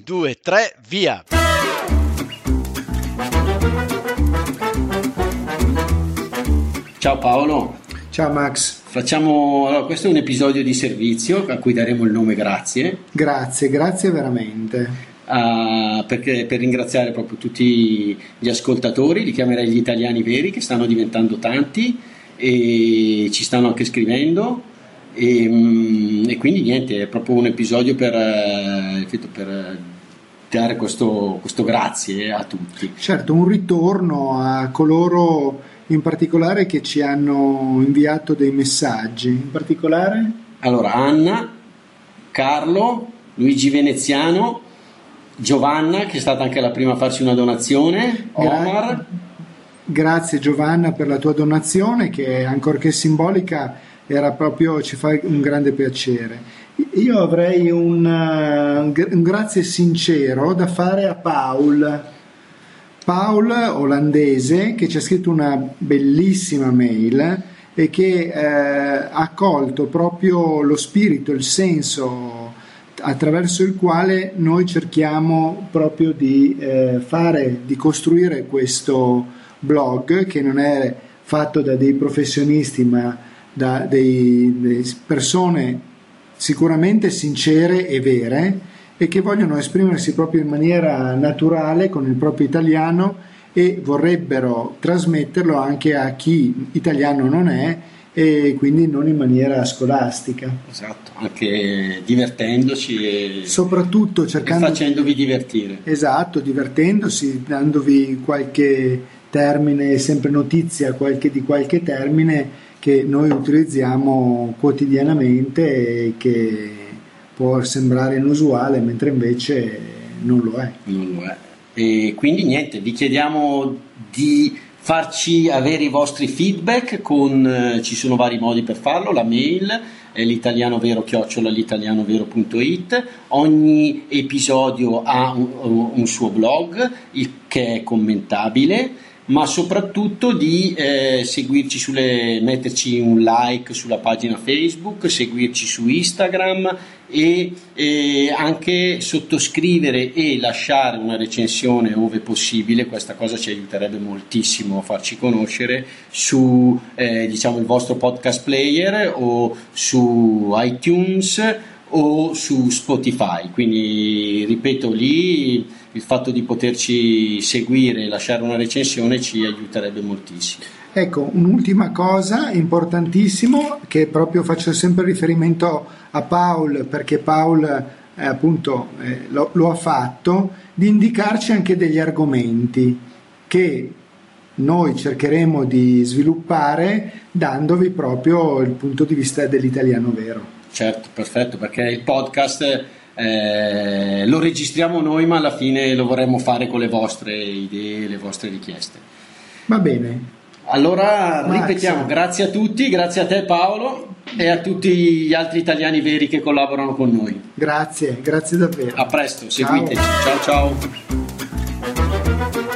2, 3, via! Ciao Paolo. Ciao Max. Allora, questo è un episodio di servizio a cui daremo il nome Grazie. Grazie veramente. Perché per ringraziare proprio tutti gli ascoltatori, li chiamerei gli italiani veri, che stanno diventando tanti e ci stanno anche scrivendo e quindi niente, è proprio un episodio per dare questo grazie a tutti. Certo, un ritorno a coloro in particolare che ci hanno inviato dei messaggi. In particolare? Allora, Anna, Carlo, Luigi Veneziano, Giovanna, che è stata anche la prima a farci una donazione, Omar. Grazie Giovanna per la tua donazione, che ancorché simbolica era proprio, ci fa un grande piacere. Io avrei un grazie sincero da fare a Paul olandese, che ci ha scritto una bellissima mail e che ha colto proprio lo spirito, il senso attraverso il quale noi cerchiamo proprio di costruire questo blog, che non è fatto da dei professionisti ma da delle persone sicuramente sincere e vere e che vogliono esprimersi proprio in maniera naturale con il proprio italiano e vorrebbero trasmetterlo anche a chi italiano non è e quindi non in maniera scolastica. Esatto, anche divertendoci e soprattutto cercando e facendovi divertire. Esatto, divertendosi, dandovi qualche termine, sempre notizia di qualche termine che noi utilizziamo quotidianamente e che può sembrare inusuale, mentre invece non lo è. E quindi niente, vi chiediamo di farci avere i vostri feedback ci sono vari modi per farlo. La mail è l'italianovero@l'italianovero.it. Ogni episodio ha un suo blog che è commentabile, ma soprattutto di seguirci metterci un like sulla pagina Facebook, seguirci su Instagram e anche sottoscrivere e lasciare una recensione ove possibile. Questa cosa ci aiuterebbe moltissimo a farci conoscere su il vostro podcast player o su iTunes o su Spotify. Quindi ripeto, lì il fatto di poterci seguire e lasciare una recensione ci aiuterebbe moltissimo. Ecco, un'ultima cosa importantissimo, che proprio faccio sempre riferimento a Paul, perché Paul lo ha fatto, di indicarci anche degli argomenti che noi cercheremo di sviluppare dandovi proprio il punto di vista dell'italiano vero. Certo, perfetto, perché il podcast lo registriamo noi, ma alla fine lo vorremmo fare con le vostre idee, le vostre richieste. Va bene. Allora ripetiamo, grazie a tutti, grazie a te Paolo e a tutti gli altri italiani veri che collaborano con noi. Grazie davvero. A presto, seguiteci. Ciao.